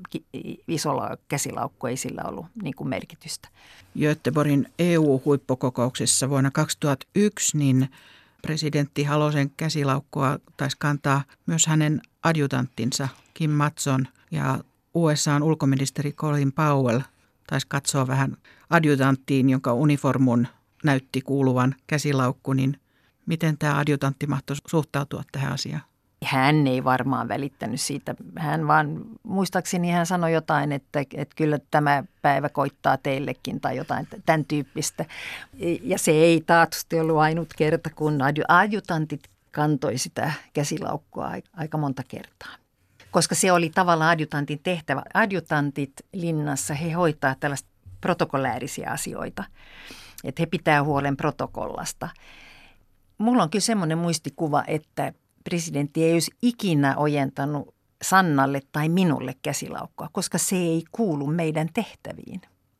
[SPEAKER 2] isolla käsilaukku, ei sillä ollut niin kuin merkitystä.
[SPEAKER 3] Göteborgin E U-huippukokouksessa vuonna kaksituhattayksi niin presidentti Halosen käsilaukkua taisi kantaa myös hänen adjutanttinsa Kim Matson ja U S A:n ulkoministeri Colin Powell taisi katsoa vähän adjutanttiin, jonka uniformun näytti kuuluvan käsilaukku, niin miten tämä adjutantti mahtoi suhtautua tähän asiaan?
[SPEAKER 2] Hän ei varmaan välittänyt siitä. Hän vaan, muistaakseni hän sanoi jotain, että, että kyllä tämä päivä koittaa teillekin tai jotain tämän tyyppistä. Ja se ei taatusti ollut ainut kerta, kun adjutantit kantoi sitä käsilaukkua aika monta kertaa. Koska se oli tavallaan adjutantin tehtävä. Adjutantit linnassa, he hoitaa tällaista protokollääärisiä asioita, että he pitää huolen protokollasta. Mulla on kyllä semmoinen muistikuva, että presidentti ei olisi ikinä ojentanut Sannalle tai minulle käsilaukkua, koska se ei kuulu meidän tehtäviin.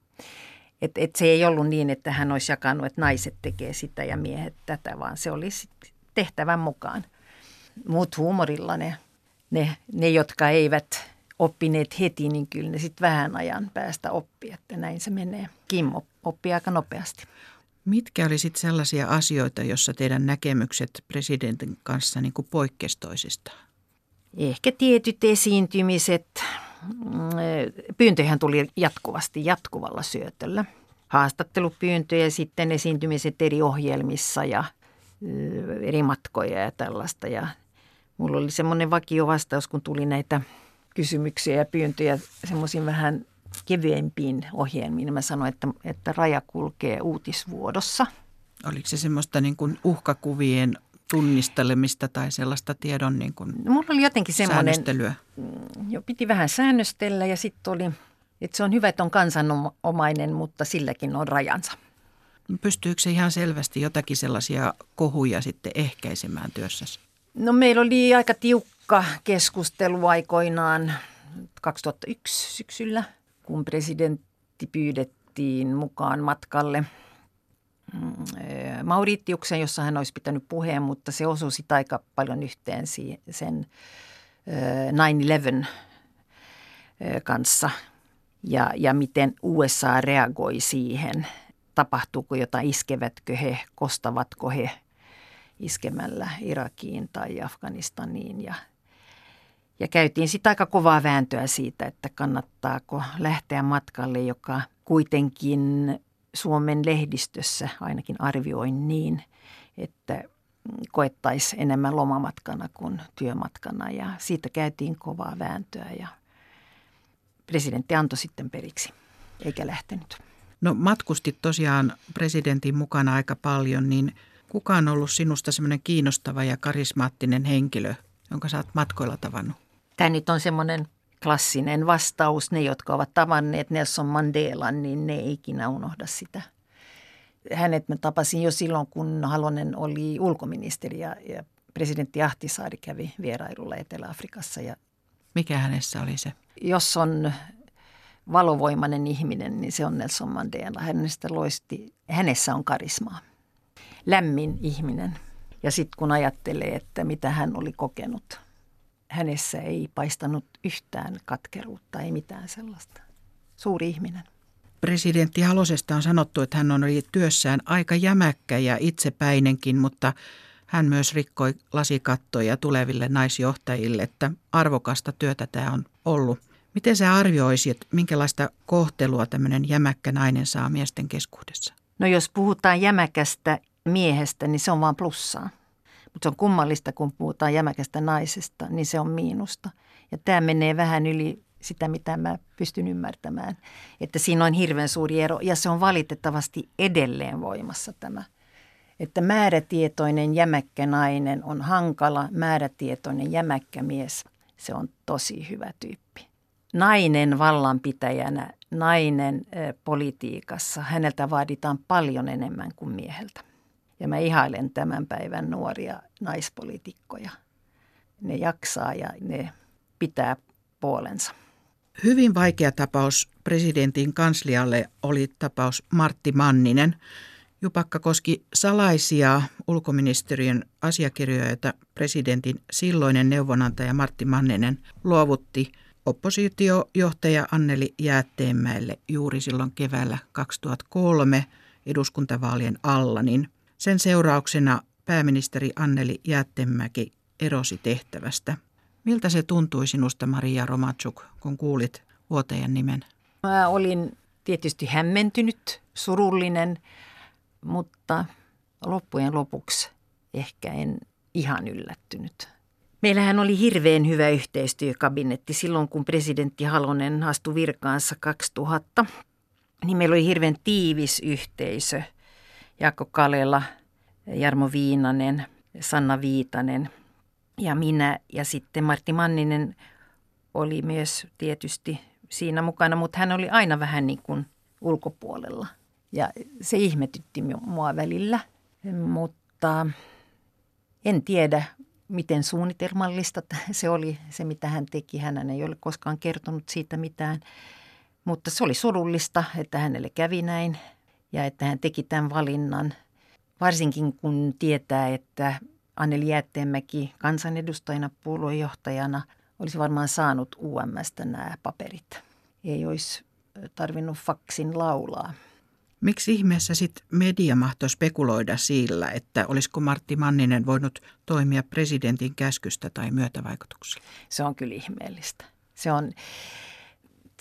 [SPEAKER 2] Et, et se ei ollut niin, että hän olisi jakanut, että naiset tekee sitä ja miehet tätä, vaan se oli tehtävän mukaan. Mut huumorilla ne, ne, ne, jotka eivät oppineet heti, niin kyllä ne sitten vähän ajan päästä oppii, että näin se menee. Kim oppii aika nopeasti.
[SPEAKER 3] Mitkä oli sitten sellaisia asioita, joissa teidän näkemykset presidentin kanssa niin kuin poikkesi toisistaan?
[SPEAKER 2] Ehkä tietyt esiintymiset, pyyntöjä tuli jatkuvasti jatkuvalla syötöllä. Haastattelupyyntöjä, sitten esiintymiset eri ohjelmissa ja eri matkoja ja tällaista. Ja mulla oli semmoinen vakiovastaus, kun tuli näitä kysymyksiä ja pyyntöjä semmoisiin vähän kevyempiin ohjelmiin. Mä sanoin, että, että raja kulkee uutisvuodossa.
[SPEAKER 3] Oliko se semmoista niin kuin uhkakuvien tunnistelemista tai sellaista tiedon niin kuin
[SPEAKER 2] no, mulla oli jotenkin semmoinen,
[SPEAKER 3] säännöstelyä?
[SPEAKER 2] Jo piti vähän säännöstellä ja sitten oli, että se on hyvä, että on kansanomainen, mutta silläkin on rajansa.
[SPEAKER 3] Pystyykö se ihan selvästi jotakin sellaisia kohuja sitten ehkäisemään työssäsi?
[SPEAKER 2] No meillä oli aika tiukka keskustelu aikoinaan kaksituhattayksi syksyllä, kun presidentti pyydettiin mukaan matkalle Mauritiuksen, jossa hän olisi pitänyt puheen, mutta se osui sitä aika paljon yhteen sen nine eleven kanssa ja, ja miten U S A reagoi siihen. Tapahtuuko jotain, iskevätkö he, kostavatko he iskemällä Irakiin tai Afganistaniin ja Ja käytiin sitten aika kovaa vääntöä siitä, että kannattaako lähteä matkalle, joka kuitenkin Suomen lehdistössä ainakin arvioin niin, että koettaisi enemmän lomamatkana kuin työmatkana. Ja siitä käytiin kovaa vääntöä ja presidentti antoi sitten periksi, eikä lähtenyt.
[SPEAKER 3] No matkustit tosiaan presidentin mukana aika paljon, niin kuka on ollut sinusta semmoinen kiinnostava ja karismaattinen henkilö, jonka sä oot matkoilla tavannut?
[SPEAKER 2] Tämä nyt on semmoinen klassinen vastaus. Ne, jotka ovat tavanneet Nelson Mandelan, niin ne ei ikinä unohda sitä. Hänet mä tapasin jo silloin, kun Halonen oli ulkoministeri ja, ja presidentti Ahtisaari kävi vierailulla Etelä-Afrikassa. Ja
[SPEAKER 3] mikä hänessä oli se?
[SPEAKER 2] Jos on valovoimainen ihminen, niin se on Nelson Mandela. Hänestä loisti, hänessä on karismaa. Lämmin ihminen. Ja sitten kun ajattelee, että mitä hän oli kokenut, hänessä ei paistanut yhtään katkeruutta, ei mitään sellaista. Suuri ihminen.
[SPEAKER 3] Presidentti Halosesta on sanottu, että hän on ollut työssään aika jämäkkä ja itsepäinenkin, mutta hän myös rikkoi lasikattoja tuleville naisjohtajille, että arvokasta työtä tämä on ollut. Miten sä arvioisit, minkälaista kohtelua tämmöinen jämäkkä nainen saa miesten keskuudessa?
[SPEAKER 2] No jos puhutaan jämäkästä miehestä, niin se on vaan plussaa. Mutta se on kummallista, kun puhutaan jämäkästä naisesta, niin se on miinusta. Ja tämä menee vähän yli sitä, mitä mä pystyn ymmärtämään. Että siinä on hirveän suuri ero ja se on valitettavasti edelleen voimassa tämä. Että määrätietoinen jämäkkä nainen on hankala, määrätietoinen jämäkkä mies, se on tosi hyvä tyyppi. Nainen vallanpitäjänä, nainen ä, politiikassa, häneltä vaaditaan paljon enemmän kuin mieheltä. Ja mä ihailen tämän päivän nuoria naispoliitikkoja. Ne jaksaa ja ne pitää puolensa.
[SPEAKER 3] Hyvin vaikea tapaus presidentin kanslialle oli tapaus Martti Manninen. Jupakka koski salaisia ulkoministeriön asiakirjoja, joita presidentin silloinen neuvonantaja Martti Manninen luovutti oppositiojohtaja Anneli Jäätteenmäelle juuri silloin keväällä kaksituhattakolme eduskuntavaalien alla, niin sen seurauksena pääministeri Anneli Jäätteenmäki erosi tehtävästä. Miltä se tuntui sinusta, Maria Romanchuk, kun kuulit vuotajan nimen?
[SPEAKER 2] Mä olin tietysti hämmentynyt, surullinen, mutta loppujen lopuksi ehkä en ihan yllättynyt. Meillähän oli hirveän hyvä yhteistyökabinetti silloin, kun presidentti Halonen astui virkaansa kaksituhatta. Niin meillä oli hirveän tiivis yhteisö. Jaakko Kalela, Jarmo Viinanen, Sanna Viitanen ja minä. Ja sitten Martti Manninen oli myös tietysti siinä mukana, mutta hän oli aina vähän niin kuin ulkopuolella. Ja se ihmetytti mua välillä, mutta en tiedä, miten suunnitelmallista se oli, se mitä hän teki. Hän ei ole koskaan kertonut siitä mitään, mutta se oli surullista, että hänelle kävi näin ja että hän teki tämän valinnan. Varsinkin kun tietää, että Anneli Jäätteenmäki kansanedustajana, puoluejohtajana olisi varmaan saanut U M:stä nämä paperit. Ei olisi tarvinnut faksin laulaa.
[SPEAKER 3] Miksi ihmeessä sitten media mahtoi spekuloida sillä, että olisiko Martti Manninen voinut toimia presidentin käskystä tai myötävaikutuksella?
[SPEAKER 2] Se on kyllä ihmeellistä. Se on,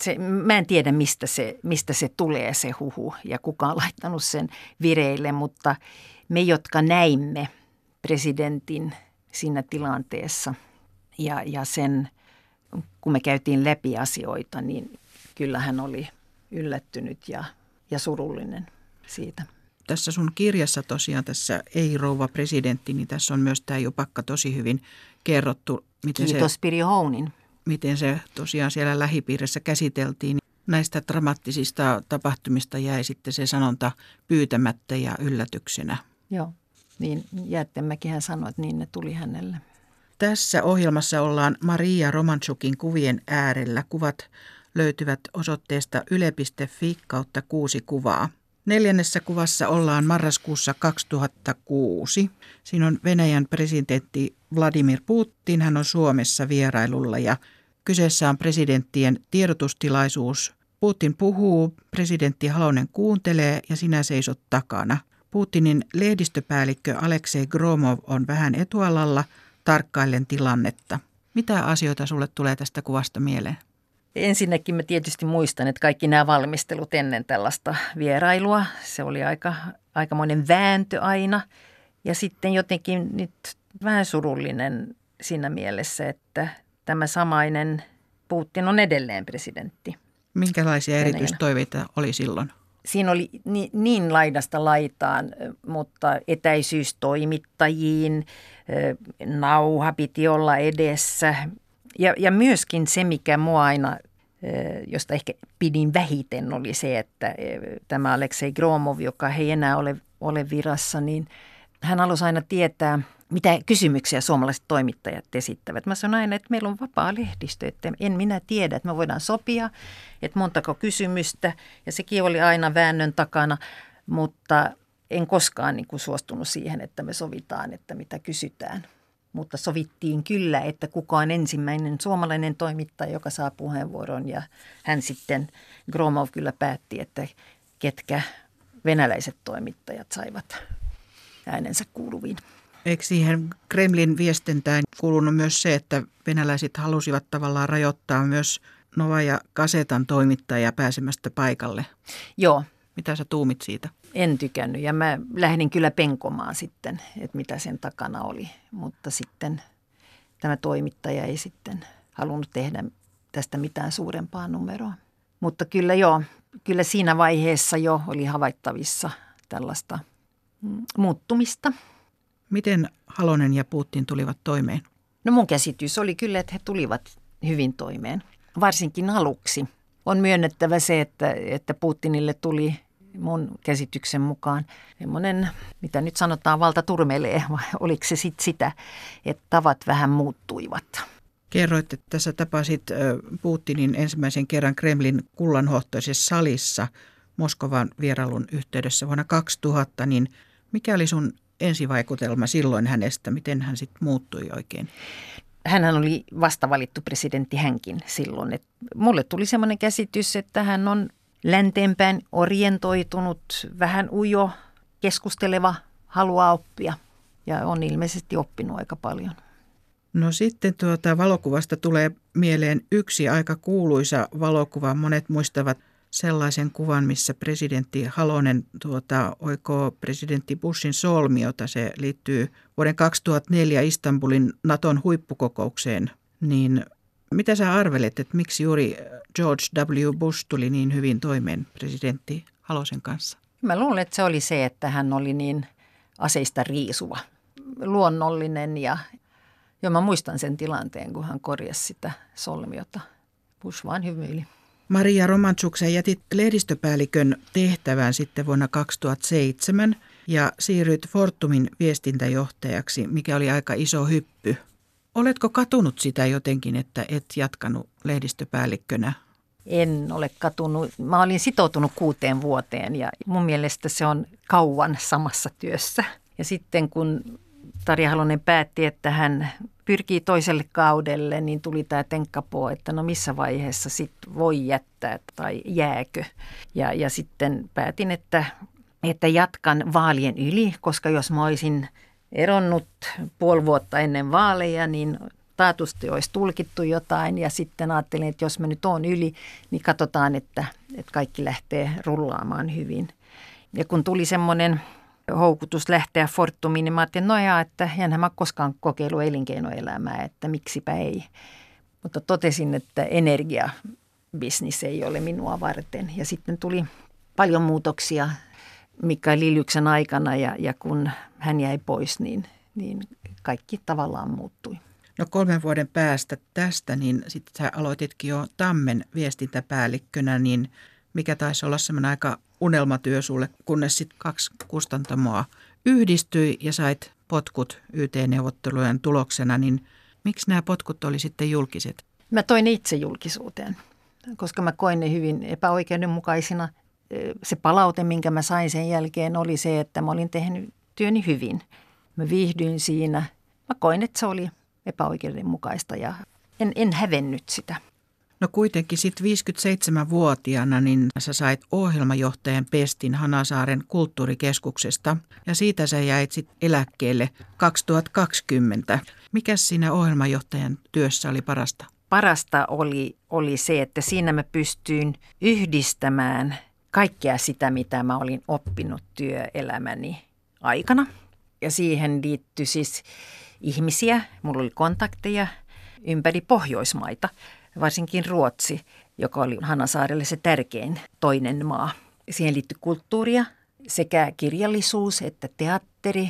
[SPEAKER 2] Se, mä en tiedä, mistä se, mistä se tulee se huhu ja kuka on laittanut sen vireille, mutta me, jotka näimme presidentin siinä tilanteessa ja, ja sen, kun me käytiin läpi asioita, niin kyllä hän oli yllättynyt ja, ja surullinen siitä.
[SPEAKER 3] Tässä sun kirjassa tosiaan, tässä Ei rouva presidentti, niin tässä on myös tämä jupakka tosi hyvin kerrottu. Miten
[SPEAKER 2] Kiitos
[SPEAKER 3] se,
[SPEAKER 2] Pirjo Hounin.
[SPEAKER 3] Miten se tosiaan siellä lähipiirissä käsiteltiin. Näistä dramaattisista tapahtumista jäi sitten se sanonta pyytämättä ja yllätyksenä.
[SPEAKER 2] Joo, niin Jäätteenmäkihän sanoi, että niin ne tuli hänelle.
[SPEAKER 3] Tässä ohjelmassa ollaan Maria Romanchukin kuvien äärellä. Kuvat löytyvät osoitteesta yle piste fi kautta kuusi kuvaa. Neljännessä kuvassa ollaan marraskuussa kaksituhattakuusi. Siinä on Venäjän presidentti Vladimir Putin. Hän on Suomessa vierailulla ja kyseessä on presidenttien tiedotustilaisuus. Putin puhuu, presidentti Halonen kuuntelee ja sinä seisot takana. Putinin lehdistöpäällikkö Aleksei Gromov on vähän etualalla tarkkaillen tilannetta. Mitä asioita sulle tulee tästä kuvasta mieleen?
[SPEAKER 2] Ensinnäkin mä tietysti muistan, että kaikki nämä valmistelut ennen tällaista vierailua, se oli aika, aikamoinen vääntö aina. Ja sitten jotenkin nyt vähän surullinen siinä mielessä, että tämä samainen Putin on edelleen presidentti.
[SPEAKER 3] Minkälaisia erityistoiveita oli silloin?
[SPEAKER 2] Siinä oli niin, niin laidasta laitaan, mutta etäisyys toimittajiin, nauha piti olla edessä. Ja, ja myöskin se, mikä mua aina, josta ehkä pidin vähiten, oli se, että tämä Aleksei Gromov, joka ei enää ole, ole virassa, niin hän halusi aina tietää, mitä kysymyksiä suomalaiset toimittajat esittävät. Mä sanon aina, että meillä on vapaa lehdistö, että en minä tiedä, että me voidaan sopia, että montako kysymystä. Ja sekin oli aina väännön takana, mutta en koskaan niin kuin suostunut siihen, että me sovitaan, että mitä kysytään. Mutta sovittiin kyllä, että kuka on ensimmäinen suomalainen toimittaja, joka saa puheenvuoron. Ja hän sitten, Gromov kyllä päätti, että ketkä venäläiset toimittajat saivat äänensä kuuluviin.
[SPEAKER 3] Eikö siihen Kremlin viestintään kuulunut myös se, että venäläiset halusivat tavallaan rajoittaa myös Novaja Gazetan toimittajia pääsemästä paikalle?
[SPEAKER 2] Joo.
[SPEAKER 3] Mitä sä tuumit siitä?
[SPEAKER 2] En tykännyt ja mä lähdin kyllä penkomaan sitten, että mitä sen takana oli, mutta sitten tämä toimittaja ei sitten halunnut tehdä tästä mitään suurempaa numeroa. Mutta kyllä joo, kyllä siinä vaiheessa jo oli havaittavissa tällaista muuttumista.
[SPEAKER 3] Miten Halonen ja Putin tulivat toimeen?
[SPEAKER 2] No mun käsitys oli kyllä, että he tulivat hyvin toimeen, varsinkin aluksi. On myönnettävä se, että, että Putinille tuli mun käsityksen mukaan semmoinen, mitä nyt sanotaan, valta turmelee, vai oliko se sitten sitä, että tavat vähän muuttuivat.
[SPEAKER 3] Kerroit, että tässä tapasit Putinin ensimmäisen kerran Kremlin kullanhohtoisessa salissa Moskovan vierailun yhteydessä vuonna kaksituhatta, niin mikä oli sun ensivaikutelma silloin hänestä? Miten hän sitten muuttui oikein?
[SPEAKER 2] Hänhän oli vastavalittu presidentti hänkin silloin. Et mulle tuli semmoinen käsitys, että hän on länteenpäin orientoitunut, vähän ujo, keskusteleva, haluaa oppia ja on ilmeisesti oppinut aika paljon.
[SPEAKER 3] No sitten tuota valokuvasta tulee mieleen yksi aika kuuluisa valokuva. Monet muistavat sellaisen kuvan, missä presidentti Halonen tuota, oikoo presidentti Bushin solmiota. Se liittyy vuoden kaksituhattaneljä Istanbulin Naton huippukokoukseen. Niin mitä sä arvelet, että miksi juuri George W. Bush tuli niin hyvin toimeen presidentti Halosen kanssa?
[SPEAKER 2] Mä luulen, että se oli se, että hän oli niin aseista riisuva, luonnollinen ja jo mä muistan sen tilanteen, kun hän korjasi sitä solmiota. Bush vaan hymyili.
[SPEAKER 3] Maria Romanchuk, sä jätit lehdistöpäällikön tehtävään sitten vuonna kaksituhattaseitsemän ja siirryit Fortumin viestintäjohtajaksi, mikä oli aika iso hyppy. Oletko katunut sitä jotenkin, että et jatkanut lehdistöpäällikkönä?
[SPEAKER 2] En ole katunut. Mä olin sitoutunut kuuteen vuoteen ja mun mielestä se on kauan samassa työssä. Ja sitten kun Tarja Halonen päätti, että hän pyrkii toiselle kaudelle, niin tuli tämä tenkkapoo, että no missä vaiheessa sitten voi jättää tai jääkö. Ja, ja sitten päätin, että, että jatkan vaalien yli, koska jos mä olisin eronnut puoli vuotta ennen vaaleja, niin taatusti olisi tulkittu jotain ja sitten ajattelin, että jos mä nyt oon yli, niin katsotaan, että, että kaikki lähtee rullaamaan hyvin. Ja kun tuli semmoinen houkutus lähteä Fortumiin, niin mä ajattelin, no jaa, että enhän mä koskaan kokeillut elinkeinoelämää, että miksipä ei. Mutta totesin, että energiabisnis ei ole minua varten. Ja sitten tuli paljon muutoksia Mikael Liljyksen aikana ja, ja kun hän jäi pois, niin, niin kaikki tavallaan muuttui.
[SPEAKER 3] No kolmen vuoden päästä tästä, niin sitten sä aloititkin jo Tammen viestintäpäällikkönä, niin mikä taisi olla semmoinen aika unelmatyö sulle, kunnes sitten kaksi kustantamoa yhdistyi ja sait potkut Y T-neuvottelujen tuloksena, niin miksi nämä potkut oli sitten julkiset?
[SPEAKER 2] Mä toin itse julkisuuteen, koska mä koin ne hyvin epäoikeudenmukaisina. Se palaute, minkä mä sain sen jälkeen, oli se, että mä olin tehnyt työni hyvin. Mä viihdyin siinä. Mä koin, että se oli epäoikeudenmukaista ja en, en hävennyt sitä.
[SPEAKER 3] No kuitenkin sitten viisikymmentäseitsemänvuotiaana niin sä sait ohjelmajohtajan pestin Hanasaaren kulttuurikeskuksesta ja siitä sä jäit sitten eläkkeelle kaksituhattakaksikymmentä. Mikäs siinä ohjelmajohtajan työssä oli parasta?
[SPEAKER 2] Parasta oli, oli se, että siinä mä pystyin yhdistämään kaikkea sitä, mitä mä olin oppinut työelämäni aikana. Ja siihen liittyi siis ihmisiä, mulla oli kontakteja ympäri Pohjoismaita, varsinkin Ruotsi, joka oli Hanasaarelle se tärkein toinen maa. Siihen liittyi kulttuuria, sekä kirjallisuus että teatteri,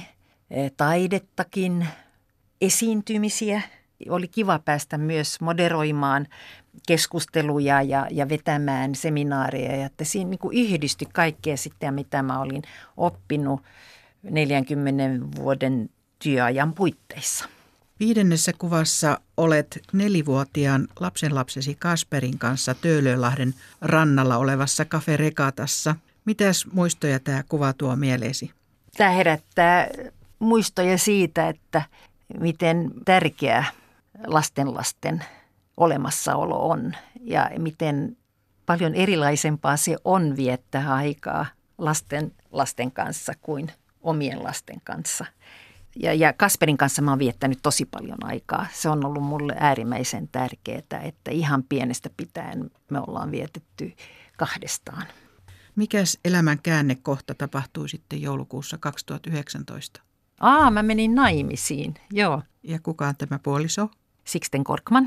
[SPEAKER 2] taidettakin, esiintymisiä. Oli kiva päästä myös moderoimaan keskusteluja ja, ja vetämään seminaareja. Ja että siinä niin kuin yhdistyi kaikkea sitten, mitä mä olin oppinut neljänkymmenen vuoden työajan puitteissa.
[SPEAKER 3] Viidennessä kuvassa olet nelivuotiaan lapsenlapsesi Kasperin kanssa Töölönlahden rannalla olevassa Cafe Recatassa. Mitäs muistoja tämä kuva tuo mieleesi?
[SPEAKER 2] Tämä herättää muistoja siitä, että miten tärkeä lastenlasten olemassaolo on ja miten paljon erilaisempaa se on viettää aikaa lasten lasten kanssa kuin omien lasten kanssa. Ja, ja Kasperin kanssa mä oon viettänyt tosi paljon aikaa. Se on ollut mulle äärimmäisen tärkeää, että ihan pienestä pitäen me ollaan vietetty kahdestaan.
[SPEAKER 3] Mikäs elämän käännekohta tapahtui sitten joulukuussa kaksituhattayhdeksäntoista?
[SPEAKER 2] Aa, mä menin naimisiin, joo.
[SPEAKER 3] Ja kuka on tämä puoliso?
[SPEAKER 2] Sixten Korkman.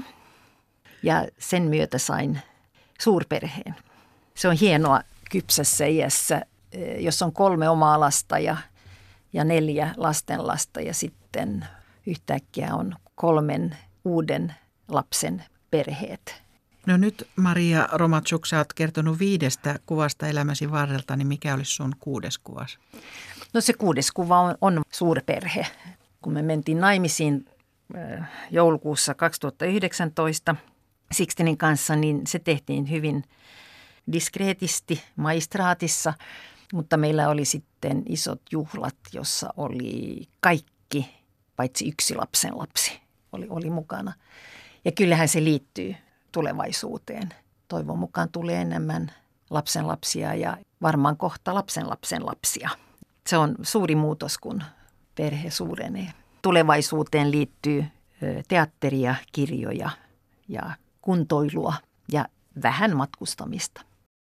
[SPEAKER 2] Ja sen myötä sain suurperheen. Se on hienoa kypsässä iässä, jos on kolme omaa lasta ja, ja neljä lastenlasta ja sitten yhtäkkiä on kolmen uuden lapsen perheet.
[SPEAKER 3] No nyt Maria Romanchuk, sä oot kertonut viidestä kuvasta elämäsi varrelta, niin mikä olisi sun kuudes kuvas?
[SPEAKER 2] No se kuudes kuva on, on suurperhe. Kun me mentiin naimisiin joulukuussa kaksituhattayhdeksäntoista Sixtenin kanssa, niin se tehtiin hyvin diskreetisti maistraatissa, mutta meillä oli sitten isot juhlat, jossa oli kaikki, paitsi yksi lapsenlapsi oli, oli mukana. Ja kyllähän se liittyy tulevaisuuteen. Toivon mukaan tulee enemmän lapsenlapsia ja varmaan kohta lapsenlapsen lapsia. Se on suuri muutos, kun perhe suurenee. Tulevaisuuteen liittyy teatteria, kirjoja ja kuntoilua ja vähän matkustamista.